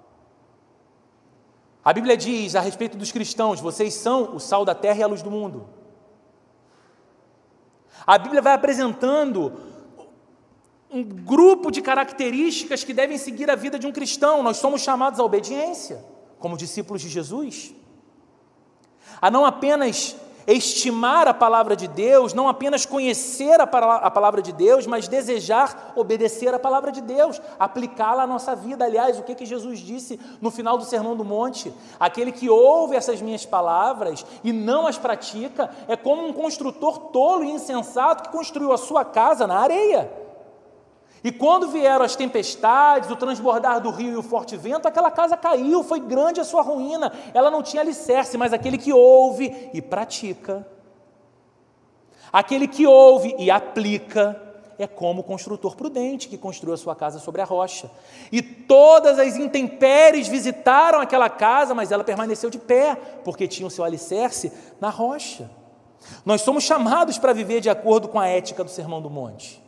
A Bíblia diz a respeito dos cristãos: vocês são o sal da terra e a luz do mundo. A Bíblia vai apresentando um grupo de características que devem seguir a vida de um cristão. Nós somos chamados à obediência, como discípulos de Jesus, a não apenas estimar a palavra de Deus, não apenas conhecer a palavra de Deus, mas desejar obedecer a palavra de Deus, aplicá-la à nossa vida. Aliás, o que Jesus disse no final do Sermão do Monte? Aquele que ouve essas minhas palavras e não as pratica é como um construtor tolo e insensato que construiu a sua casa na areia. E quando vieram as tempestades, o transbordar do rio e o forte vento, aquela casa caiu, foi grande a sua ruína, ela não tinha alicerce. Mas aquele que ouve e pratica, aquele que ouve e aplica, é como o construtor prudente que construiu a sua casa sobre a rocha. E todas as intempéries visitaram aquela casa, mas ela permaneceu de pé, porque tinha o seu alicerce na rocha. Nós somos chamados para viver de acordo com a ética do Sermão do Monte.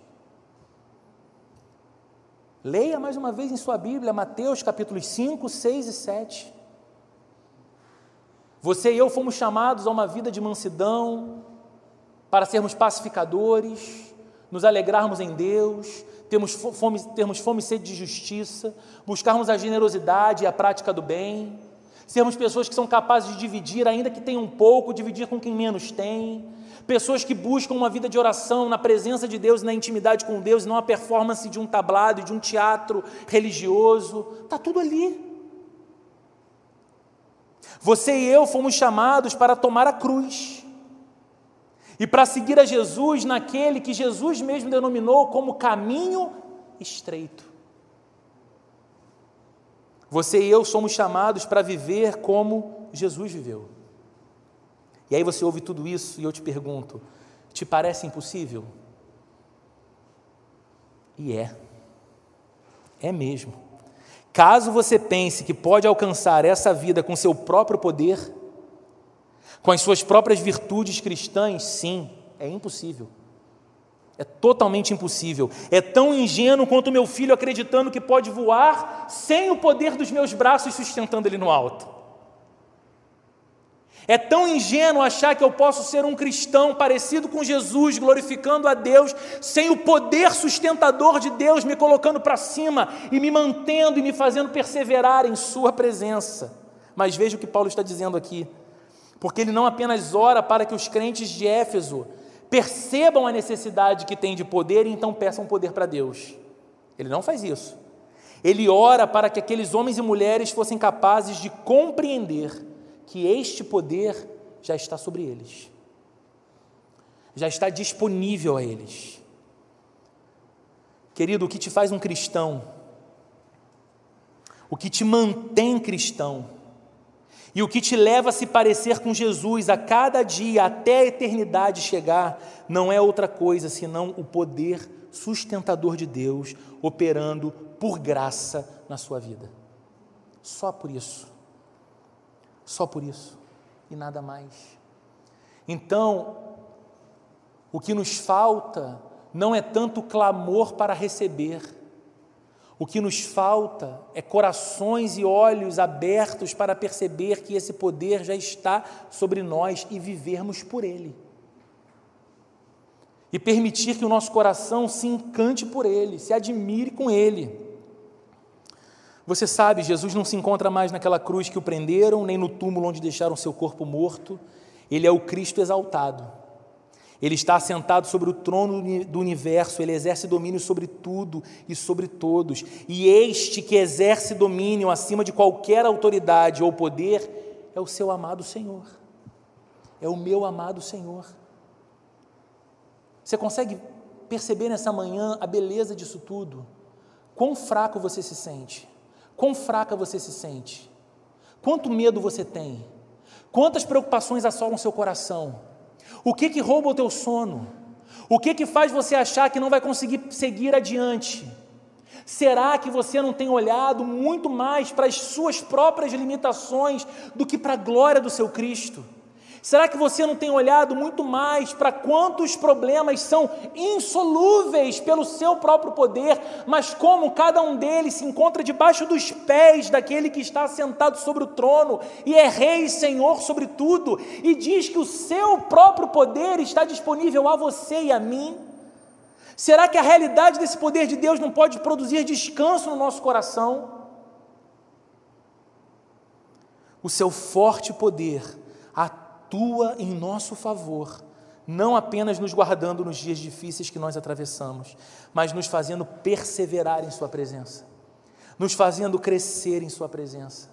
Leia mais uma vez em sua Bíblia, Mateus capítulos 5, 6 e 7. Você e eu fomos chamados a uma vida de mansidão, para sermos pacificadores, nos alegrarmos em Deus, termos fome e sede de justiça, buscarmos a generosidade e a prática do bem, sermos pessoas que são capazes de dividir, ainda que tenham pouco, dividir com quem menos tem, pessoas que buscam uma vida de oração na presença de Deus e na intimidade com Deus, e não a performance de um tablado e de um teatro religioso. Está tudo ali. Você e eu fomos chamados para tomar a cruz e para seguir a Jesus naquele que Jesus mesmo denominou como caminho estreito. Você e eu somos chamados para viver como Jesus viveu. E aí você ouve tudo isso e eu te pergunto: te parece impossível? E é mesmo. Caso você pense que pode alcançar essa vida com seu próprio poder, com as suas próprias virtudes cristãs, sim, é impossível. É totalmente impossível. É tão ingênuo quanto o meu filho acreditando que pode voar sem o poder dos meus braços sustentando ele no alto. É tão ingênuo achar que eu posso ser um cristão parecido com Jesus, glorificando a Deus, sem o poder sustentador de Deus me colocando para cima e me mantendo e me fazendo perseverar em sua presença. Mas veja o que Paulo está dizendo aqui, porque ele não apenas ora para que os crentes de Éfeso percebam a necessidade que tem de poder e então peçam poder para Deus. Ele não faz isso. Ele ora para que aqueles homens e mulheres fossem capazes de compreender que este poder já está sobre eles, já está disponível a eles. Querido, o que te faz um cristão, o que te mantém cristão, e o que te leva a se parecer com Jesus a cada dia, até a eternidade chegar, não é outra coisa senão o poder sustentador de Deus, operando por graça na sua vida. Só por isso. Só por isso e nada mais. Então, o que nos falta não é tanto clamor para receber, o que nos falta é corações e olhos abertos para perceber que esse poder já está sobre nós e vivermos por ele. E permitir que o nosso coração se encante por ele, se admire com ele. Você sabe, Jesus não se encontra mais naquela cruz que o prenderam, nem no túmulo onde deixaram seu corpo morto. Ele é o Cristo exaltado. Ele está assentado sobre o trono do universo, ele exerce domínio sobre tudo e sobre todos. E este que exerce domínio acima de qualquer autoridade ou poder é o seu amado Senhor. É o meu amado Senhor. Você consegue perceber nessa manhã a beleza disso tudo? Quão fraco você se sente? Quão fraca você se sente? Quanto medo você tem? Quantas preocupações assolam seu coração? O que rouba o teu sono? O que faz você achar que não vai conseguir seguir adiante? Será que você não tem olhado muito mais para as suas próprias limitações do que para a glória do seu Cristo? Será que você não tem olhado muito mais para quantos problemas são insolúveis pelo seu próprio poder, mas como cada um deles se encontra debaixo dos pés daquele que está sentado sobre o trono e é Rei e Senhor sobre tudo, e diz que o seu próprio poder está disponível a você e a mim? Será que a realidade desse poder de Deus não pode produzir descanso no nosso coração? O seu forte poder atua em nosso favor, não apenas nos guardando nos dias difíceis que nós atravessamos, mas nos fazendo perseverar em sua presença, nos fazendo crescer em sua presença.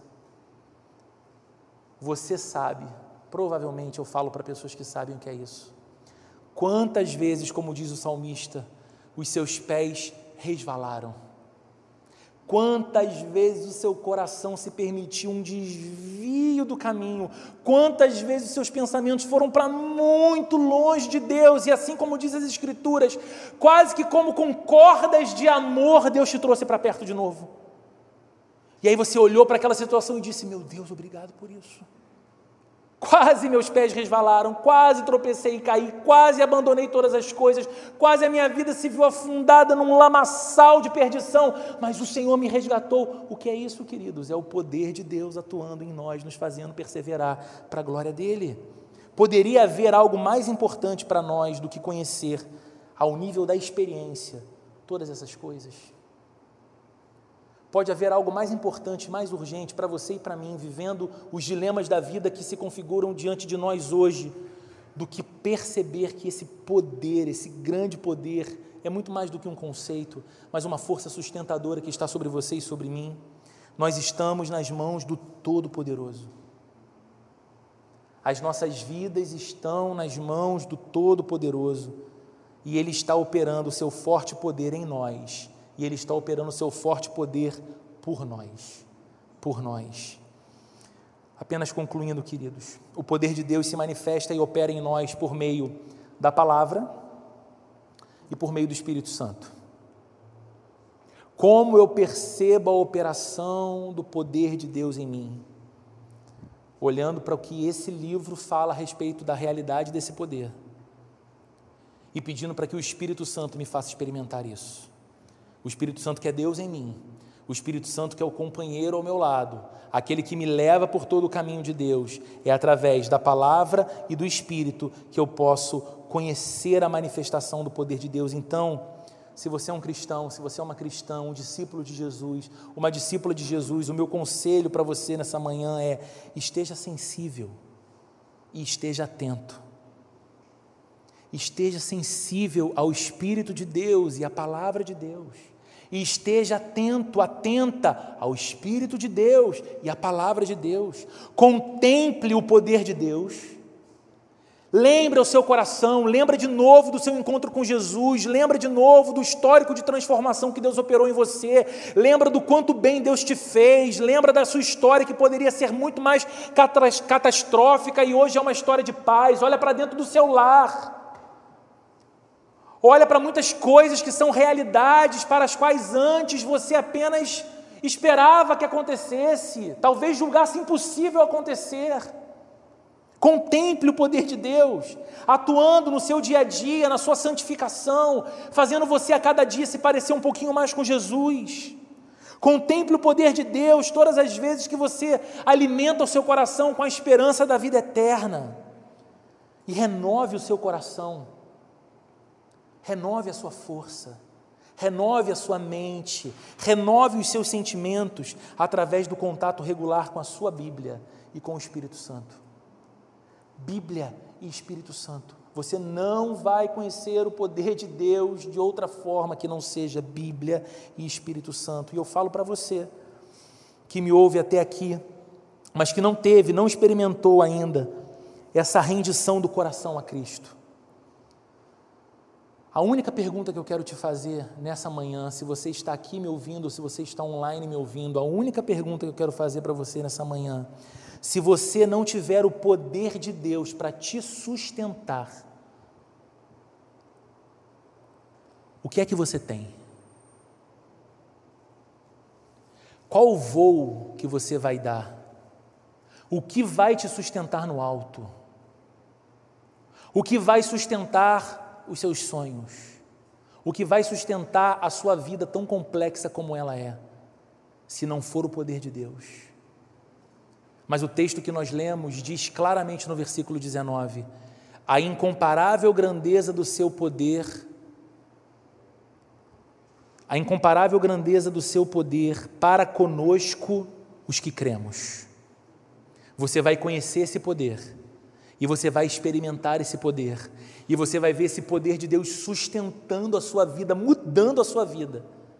Você sabe, provavelmente eu falo para pessoas que sabem o que é isso, quantas vezes, como diz o salmista, os seus pés resvalaram. Quantas vezes o seu coração se permitiu um desvio do caminho, quantas vezes os seus pensamentos foram para muito longe de Deus, e assim como diz as Escrituras, quase que como com cordas de amor, Deus te trouxe para perto de novo. E aí você olhou para aquela situação e disse: meu Deus, obrigado por isso. Quase meus pés resvalaram, quase tropecei e caí, quase abandonei todas as coisas, quase a minha vida se viu afundada num lamaçal de perdição, mas o Senhor me resgatou. O que é isso, queridos? É o poder de Deus atuando em nós, nos fazendo perseverar para a glória dEle. Poderia haver algo mais importante para nós do que conhecer, ao nível da experiência, todas essas coisas? Pode haver algo mais importante, mais urgente para você e para mim, vivendo os dilemas da vida que se configuram diante de nós hoje, do que perceber que esse poder, esse grande poder, é muito mais do que um conceito, mas uma força sustentadora que está sobre você e sobre mim. Nós estamos nas mãos do Todo-Poderoso. As nossas vidas estão nas mãos do Todo-Poderoso, e Ele está operando o seu forte poder em nós, e Ele está operando o seu forte poder por nós. Apenas concluindo, queridos, o poder de Deus se manifesta e opera em nós por meio da palavra e por meio do Espírito Santo. Como eu percebo a operação do poder de Deus em mim? Olhando para o que esse livro fala a respeito da realidade desse poder e pedindo para que o Espírito Santo me faça experimentar isso. O Espírito Santo que é Deus em mim, o Espírito Santo que é o companheiro ao meu lado, aquele que me leva por todo o caminho de Deus. É através da palavra e do Espírito que eu posso conhecer a manifestação do poder de Deus. Então, se você é um cristão, se você é uma cristã, um discípulo de Jesus, uma discípula de Jesus, o meu conselho para você nessa manhã é: esteja sensível e esteja atento. Esteja sensível ao Espírito de Deus e à palavra de Deus. E esteja atento, atenta ao Espírito de Deus e à palavra de Deus. Contemple o poder de Deus. Lembre ao seu coração, lembra de novo do seu encontro com Jesus, lembra de novo do histórico de transformação que Deus operou em você, lembra do quanto bem Deus te fez, lembra da sua história que poderia ser muito mais catastrófica e hoje é uma história de paz. Olha para dentro do seu lar. Olha para muitas coisas que são realidades para as quais antes você apenas esperava que acontecesse, talvez julgasse impossível acontecer. Contemple o poder de Deus, atuando no seu dia a dia, na sua santificação, fazendo você a cada dia se parecer um pouquinho mais com Jesus. Contemple o poder de Deus todas as vezes que você alimenta o seu coração com a esperança da vida eterna. E renove o seu coração. Renove a sua força, renove a sua mente, renove os seus sentimentos através do contato regular com a sua Bíblia e com o Espírito Santo. Bíblia e Espírito Santo. Você não vai conhecer o poder de Deus de outra forma que não seja Bíblia e Espírito Santo. E eu falo para você que me ouve até aqui, mas que não experimentou ainda essa rendição do coração a Cristo. A única pergunta que eu quero te fazer nessa manhã, se você está aqui me ouvindo, ou se você está online me ouvindo, a única pergunta que eu quero fazer para você nessa manhã: se você não tiver o poder de Deus para te sustentar, o que é que você tem? Qual o voo que você vai dar? O que vai te sustentar no alto? O que vai sustentar os seus sonhos? O que vai sustentar a sua vida tão complexa como ela é, se não for o poder de Deus? Mas o texto que nós lemos diz claramente no versículo 19: a incomparável grandeza do seu poder, a incomparável grandeza do seu poder para conosco, os que cremos. Você vai conhecer esse poder, e você vai experimentar esse poder, e você vai ver esse poder de Deus sustentando a sua vida, mudando a sua vida,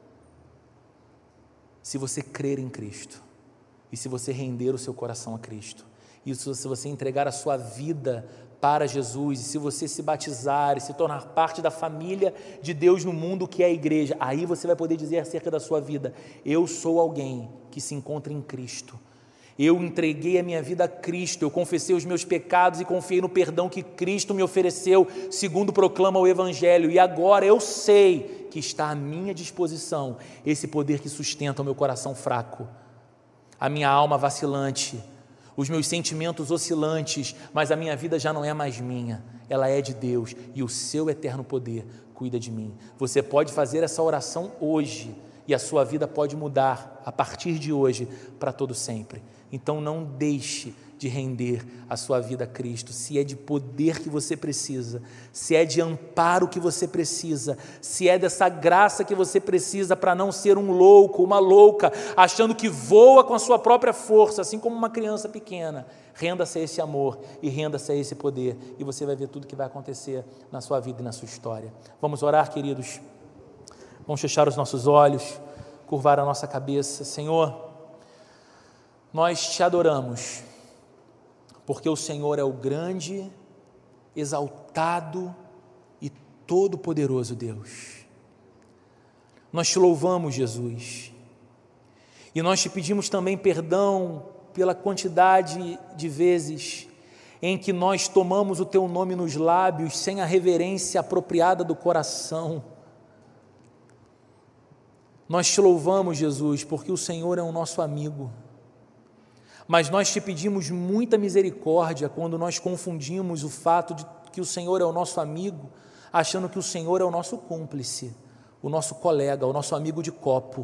se você crer em Cristo, e se você render o seu coração a Cristo, e se você entregar a sua vida para Jesus, e se você se batizar e se tornar parte da família de Deus no mundo que é a igreja, aí você vai poder dizer acerca da sua vida: eu sou alguém que se encontra em Cristo. Eu entreguei a minha vida a Cristo, eu confessei os meus pecados e confiei no perdão que Cristo me ofereceu, segundo proclama o Evangelho, e agora eu sei que está à minha disposição esse poder que sustenta o meu coração fraco, a minha alma vacilante, os meus sentimentos oscilantes, mas a minha vida já não é mais minha, ela é de Deus, e o seu eterno poder cuida de mim. Você pode fazer essa oração hoje, e a sua vida pode mudar a partir de hoje para todo sempre. Então não deixe de render a sua vida a Cristo. Se é de poder que você precisa, se é de amparo que você precisa, se é dessa graça que você precisa para não ser um louco, uma louca, achando que voa com a sua própria força, assim como uma criança pequena, renda-se a esse amor e renda-se a esse poder, e você vai ver tudo que vai acontecer na sua vida e na sua história. Vamos orar, queridos? Vamos fechar os nossos olhos, curvar a nossa cabeça. Senhor, nós te adoramos, porque o Senhor é o grande, exaltado e todo-poderoso Deus. Nós te louvamos, Jesus, e nós te pedimos também perdão pela quantidade de vezes em que nós tomamos o teu nome nos lábios sem a reverência apropriada do coração. Nós te louvamos, Jesus, porque o Senhor é o nosso amigo, mas nós te pedimos muita misericórdia quando nós confundimos o fato de que o Senhor é o nosso amigo, achando que o Senhor é o nosso cúmplice, o nosso colega, o nosso amigo de copo.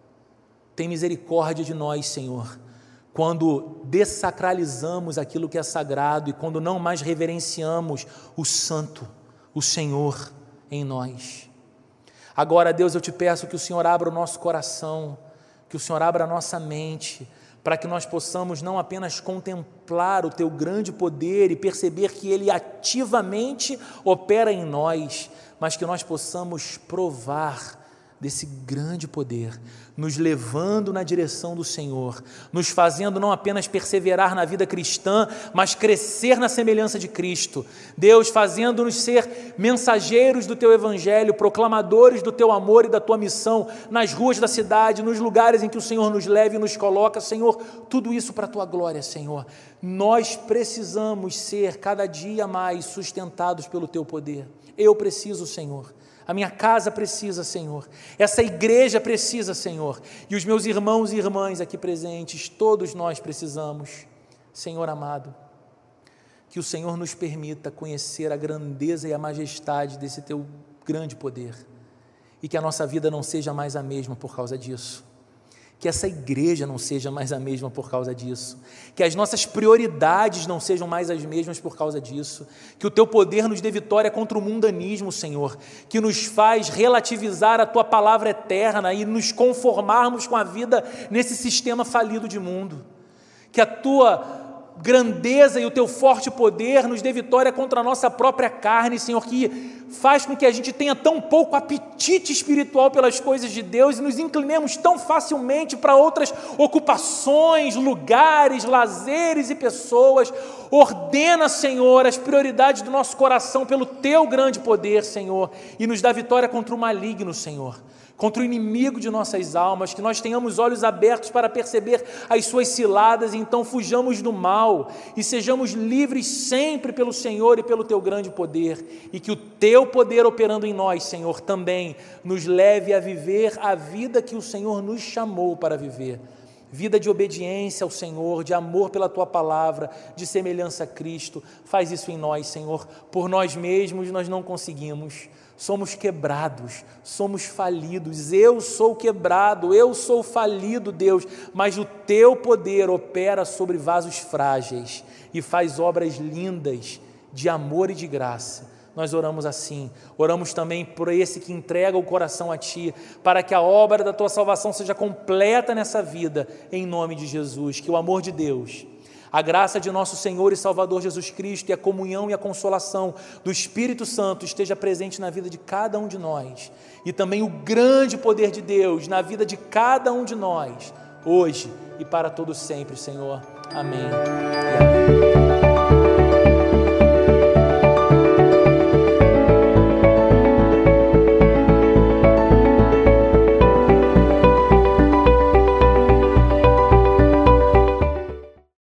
Tem misericórdia de nós, Senhor, quando dessacralizamos aquilo que é sagrado e quando não mais reverenciamos o santo, o Senhor em nós. Agora, Deus, eu te peço que o Senhor abra o nosso coração, que o Senhor abra a nossa mente, para que nós possamos não apenas contemplar o teu grande poder e perceber que ele ativamente opera em nós, mas que nós possamos provar desse grande poder, nos levando na direção do Senhor, nos fazendo não apenas perseverar na vida cristã, mas crescer na semelhança de Cristo. Deus, fazendo-nos ser mensageiros do Teu Evangelho, proclamadores do Teu amor e da Tua missão, nas ruas da cidade, nos lugares em que o Senhor nos leva e nos coloca, Senhor, tudo isso para a Tua glória, Senhor. Nós precisamos ser cada dia mais sustentados pelo Teu poder. Eu preciso, Senhor. A minha casa precisa, Senhor, essa igreja precisa, Senhor, e os meus irmãos e irmãs aqui presentes, todos nós precisamos, Senhor amado, que o Senhor nos permita conhecer a grandeza e a majestade desse Teu grande poder, e que a nossa vida não seja mais a mesma por causa disso, que essa igreja não seja mais a mesma por causa disso, que as nossas prioridades não sejam mais as mesmas por causa disso, que o Teu poder nos dê vitória contra o mundanismo, Senhor, que nos faz relativizar a Tua palavra eterna e nos conformarmos com a vida nesse sistema falido de mundo, que a Tua grandeza e o Teu forte poder nos dê vitória contra a nossa própria carne, Senhor, que faz com que a gente tenha tão pouco apetite espiritual pelas coisas de Deus e nos inclinemos tão facilmente para outras ocupações, lugares, lazeres e pessoas. Ordena, Senhor, as prioridades do nosso coração pelo Teu grande poder, Senhor, e nos dá vitória contra o maligno, Senhor. contra o inimigo de nossas almas, que nós tenhamos olhos abertos para perceber as suas ciladas, e então fujamos do mal e sejamos livres sempre pelo Senhor e pelo Teu grande poder, e que o Teu poder operando em nós, Senhor, também nos leve a viver a vida que o Senhor nos chamou para viver, vida de obediência ao Senhor, de amor pela Tua palavra, de semelhança a Cristo. Faz isso em nós, Senhor. Por nós mesmos nós não conseguimos, somos quebrados, somos falidos. Eu sou quebrado, eu sou falido, Deus, mas o Teu poder opera sobre vasos frágeis e faz obras lindas de amor e de graça. Nós oramos assim, oramos também por esse que entrega o coração a Ti, para que a obra da Tua salvação seja completa nessa vida, em nome de Jesus. Que o amor de Deus, a graça de nosso Senhor e Salvador Jesus Cristo e a comunhão e a consolação do Espírito Santo esteja presente na vida de cada um de nós, e também o grande poder de Deus na vida de cada um de nós, hoje e para todo sempre, Senhor. Amém e amém.